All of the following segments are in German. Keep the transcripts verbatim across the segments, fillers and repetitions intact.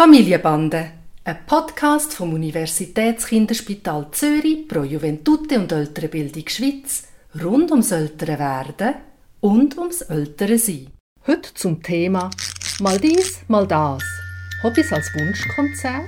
Familienbande, ein Podcast vom Universitätskinderspital Zürich pro Juventute und ältere Bildung Schweiz rund ums ältere Werden und ums ältere Sein. Heute zum Thema «Mal dies, mal das» – Hobbys als Wunschkonzert.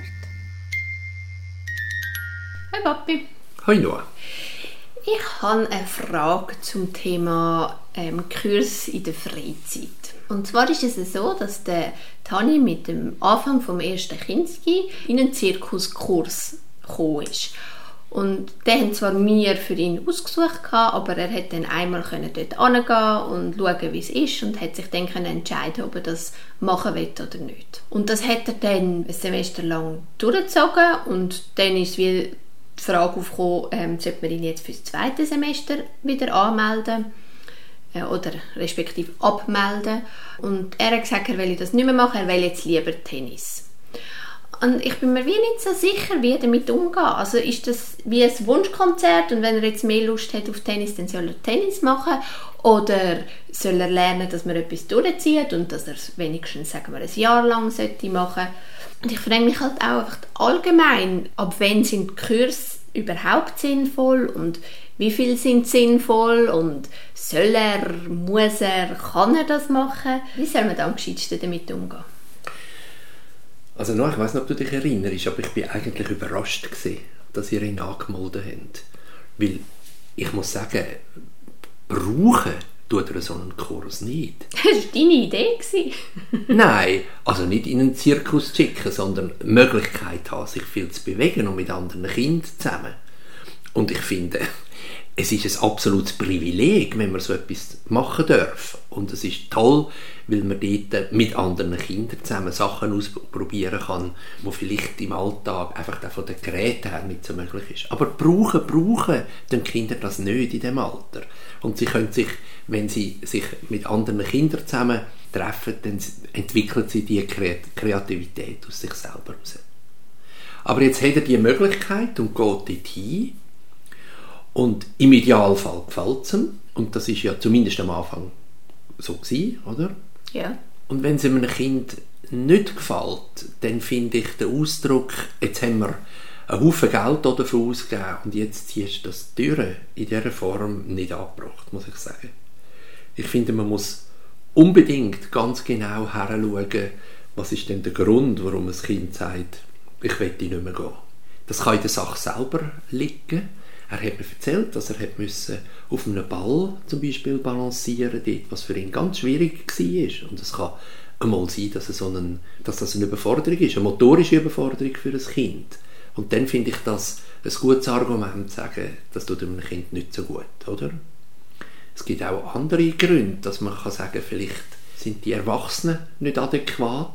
Hi Papi. Hi Noah. Ich habe eine Frage zum Thema ähm, Kurs in der Freizeit. Und zwar ist es so, dass der Tani mit dem Anfang vom ersten Kinski in einen Zirkuskurs gekommen ist. Und den haben zwar wir für ihn ausgesucht, aber er konnte dann einmal dort hingehen und schauen, wie es ist, und hat sich dann entscheiden, ob er das machen will oder nicht. Und das hat er dann ein Semester lang durchgezogen, und dann ist wie die Frage aufgekommen, ähm, sollte man ihn jetzt für das zweite Semester wieder anmelden äh, oder respektive abmelden. Und er hat gesagt, er will das nicht mehr machen, er will jetzt lieber Tennis. Und ich bin mir wie nicht so sicher, wie er damit umgeht. Also ist das wie ein Wunschkonzert, und wenn er jetzt mehr Lust hat auf Tennis, dann soll er Tennis machen? Oder soll er lernen, dass man etwas durchzieht und dass er es wenigstens, sagen wir, ein Jahr lang sollte machen? Und ich frage mich halt auch einfach allgemein, ab wann sind Kurse überhaupt sinnvoll und wie viel sind sinnvoll und soll er, muss er, kann er das machen? Wie soll man dann am gescheitsten damit umgehen? Also no, ich weiss nicht, ob du dich erinnerst, aber ich war eigentlich überrascht gewesen, dass ihr ihn angemeldet habt. Weil ich muss sagen, brauchen tut er so einen Kurs nicht. Das war deine Idee. Nein, also nicht in einen Zirkus zu schicken, sondern die Möglichkeit haben, sich viel zu bewegen und mit anderen Kindern zusammen. Und ich finde, es ist ein absolutes Privileg, wenn man so etwas machen darf. Und es ist toll, weil man dort mit anderen Kindern zusammen Sachen ausprobieren kann, die vielleicht im Alltag einfach von den Geräten her nicht so möglich ist. Aber brauchen, brauchen den Kinder das nicht in diesem Alter. Und sie können sich, wenn sie sich mit anderen Kindern zusammen treffen, dann entwickeln sie die Kreativität aus sich selber heraus. Aber jetzt hat er die Möglichkeit und geht dort hin. Und im Idealfall gefällt es ihm. Und das war ja zumindest am Anfang so gewesen, oder? Ja. Und wenn es einem Kind nicht gefällt, dann finde ich den Ausdruck, jetzt haben wir einen Haufen Geld dafür ausgegeben und jetzt ziehst du das durch, in dieser Form nicht angebracht, muss ich sagen. Ich finde, man muss unbedingt ganz genau hinschauen, was ist denn der Grund, warum ein Kind sagt, ich will nicht mehr gehen. Das kann in der Sache selber liegen. Er hat mir erzählt, dass er hat müssen auf einem Ball zum Beispiel balancieren musste, was für ihn ganz schwierig war. Und es kann einmal sein, dass, es so ein, dass das eine Überforderung ist, eine motorische Überforderung für ein Kind. Und dann finde ich das ein gutes Argument zu sagen, das tut einem Kind nicht so gut, oder? Es gibt auch andere Gründe, dass man kann sagen, vielleicht sind die Erwachsenen nicht adäquat.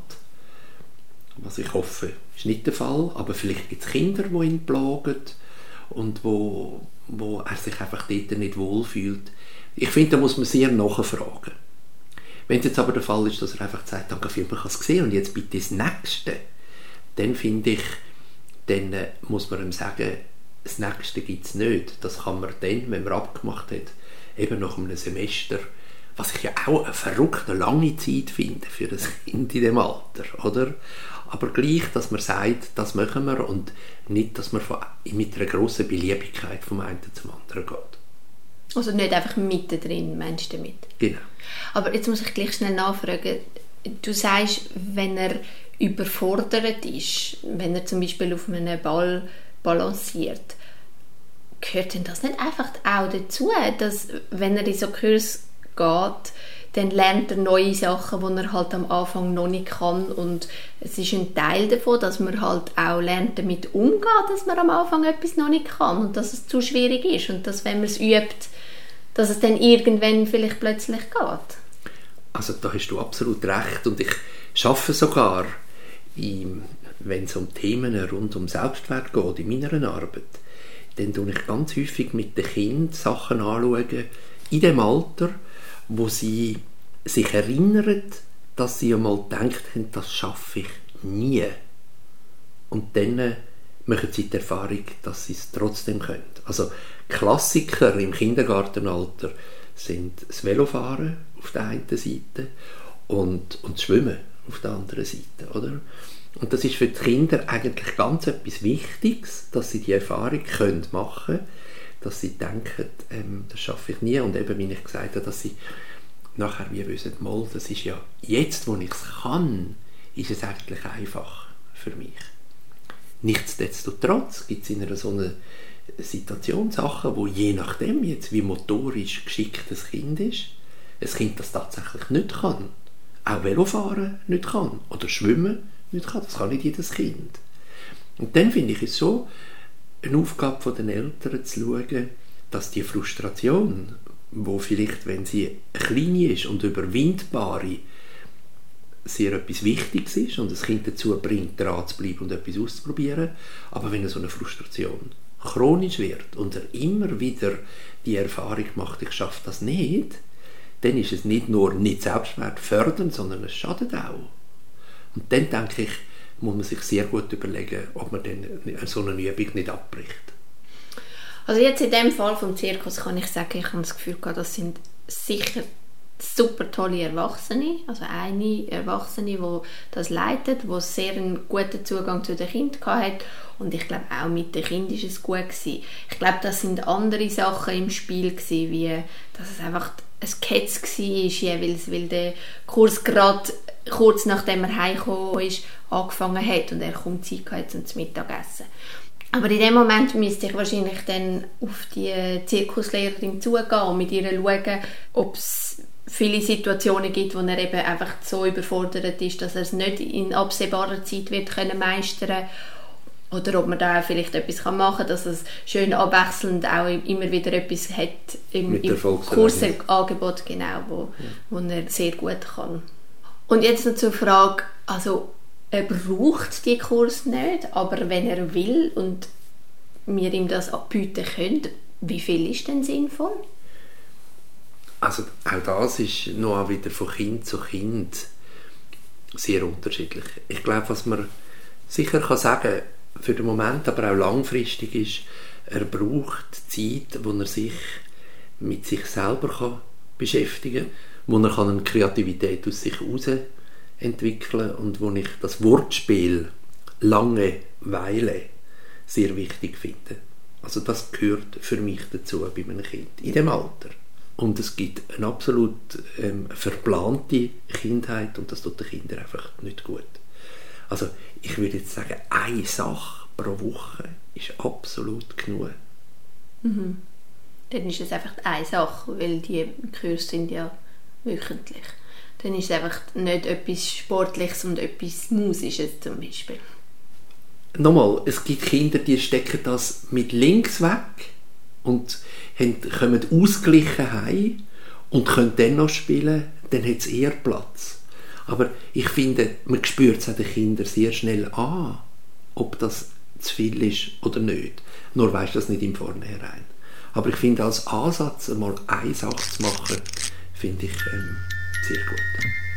Was ich hoffe, ist nicht der Fall. Aber vielleicht gibt es Kinder, die ihn plagen und wo, wo er sich einfach dort nicht wohlfühlt. Ich finde, da muss man sehr nachfragen. Wenn es jetzt aber der Fall ist, dass er einfach sagt, danke vielmals, ich habe es gesehen und jetzt bitte das Nächste, dann finde ich, dann äh, muss man ihm sagen, das Nächste gibt es nicht. Das kann man dann, wenn man abgemacht hat, eben nach einem Semester, was ich ja auch eine verrückte lange Zeit finde für das Kind in diesem Alter, oder? Aber gleich, dass man sagt, das machen wir, und nicht, dass man von, mit einer grossen Beliebigkeit vom einen zum anderen geht. Also nicht einfach mittendrin, meinst du damit? Genau. Aber jetzt muss ich gleich schnell nachfragen. Du sagst, wenn er überfordert ist, wenn er zum Beispiel auf einem Ball balanciert, gehört denn das nicht einfach auch dazu, dass, wenn er in so Kurs geht, dann lernt er neue Sachen, die er halt am Anfang noch nicht kann, und es ist ein Teil davon, dass man halt auch lernt, damit umzugehen, dass man am Anfang etwas noch nicht kann und dass es zu schwierig ist und dass, wenn man es übt, dass es dann irgendwann vielleicht plötzlich geht. Also da hast du absolut recht, und ich arbeite sogar, in, wenn es um Themen rund um Selbstwert geht, in meiner Arbeit, dann schaue ich ganz häufig mit den Kindern Sachen anschauen, in dem Alter, wo sie sich erinnern, dass sie einmal gedacht haben, das schaffe ich nie. Und dann machen sie die Erfahrung, dass sie es trotzdem können. Also Klassiker im Kindergartenalter sind das Velofahren auf der einen Seite und, und das Schwimmen auf der anderen Seite, oder? Und das ist für die Kinder eigentlich ganz etwas Wichtiges, dass sie die Erfahrung können machen können, dass sie denken, ähm, das schaffe ich nie. Und eben, wie ich gesagt habe, dass sie nachher wie wissen, mal, das ist ja jetzt, wo ich es kann, ist es eigentlich einfach für mich. Nichtsdestotrotz gibt es in einer so einer Situation Sachen, wo je nachdem jetzt, wie motorisch geschickt das Kind ist, ein Kind das tatsächlich nicht kann, auch Velofahren nicht kann oder Schwimmen nicht kann, das kann nicht jedes Kind. Und dann finde ich es so eine Aufgabe der Eltern zu schauen, dass die Frustration, wo vielleicht, wenn sie klein ist und überwindbare, sehr etwas Wichtiges ist und das Kind dazu bringt, dran zu bleiben und etwas auszuprobieren, aber wenn so eine Frustration chronisch wird und er immer wieder die Erfahrung macht, ich schaffe das nicht, dann ist es nicht nur nicht Selbstwert fördern, sondern es schadet auch. Und dann, denke ich, muss man sich sehr gut überlegen, ob man dann so eine Übung nicht abbricht. Also jetzt in dem Fall vom Zirkus kann ich sagen, ich habe das Gefühl gehabt, das sind sicher super tolle Erwachsene, also eine Erwachsene, die das leitet, die sehr einen guten Zugang zu den Kindern hatte und ich glaube auch mit den Kindern war es gut gewesen. Ich glaube, das sind andere Sachen im Spiel gewesen, wie dass es einfach ein Ketz war, jeweils, weil der Kurs gerade kurz nachdem er heimgekommen ist, angefangen hat und er kaum Zeit hatte zum Mittagessen. Aber in dem Moment müsste ich wahrscheinlich dann auf die Zirkuslehrerin zugehen und mit ihr schauen, ob es viele Situationen gibt, wo er eben einfach so überfordert ist, dass er es nicht in absehbarer Zeit wird können meistern oder ob man da vielleicht etwas machen kann, dass es schön abwechselnd auch immer wieder etwas hat im, im Kursangebot, genau, wo, ja. wo er sehr gut kann. Und jetzt noch zur Frage, also er braucht die Kurs nicht, aber wenn er will und wir ihm das anbieten können, wie viel ist denn sinnvoll? Also auch das ist noch wieder von Kind zu Kind sehr unterschiedlich. Ich glaube, was man sicher kann sagen, für den Moment, aber auch langfristig ist, er braucht Zeit, wo er sich mit sich selber kann beschäftigen kann, wo er kann eine Kreativität aus sich heraus entwickeln und wo ich das Wortspiel Langeweile sehr wichtig finde. Also das gehört für mich dazu bei einem Kind in dem Alter. Und es gibt eine absolut ähm, verplante Kindheit und das tut den Kindern einfach nicht gut. Also ich würde jetzt sagen, eine Sache pro Woche ist absolut genug. Mhm. Dann ist es einfach eine Sache, weil die Kurse sind ja wöchentlich. Dann ist es einfach nicht etwas Sportliches und etwas Musisches zum Beispiel. Nochmal, es gibt Kinder, die stecken das mit links weg und haben, kommen ausgeglichen heim und können dann noch spielen, dann hat es eher Platz. Aber ich finde, man spürt es auch den Kindern sehr schnell an, ob das zu viel ist oder nicht. Nur weisst das nicht im Vornherein. Aber ich finde, als Ansatz einmal eine Sache zu machen, finde ich ähm, sehr gut.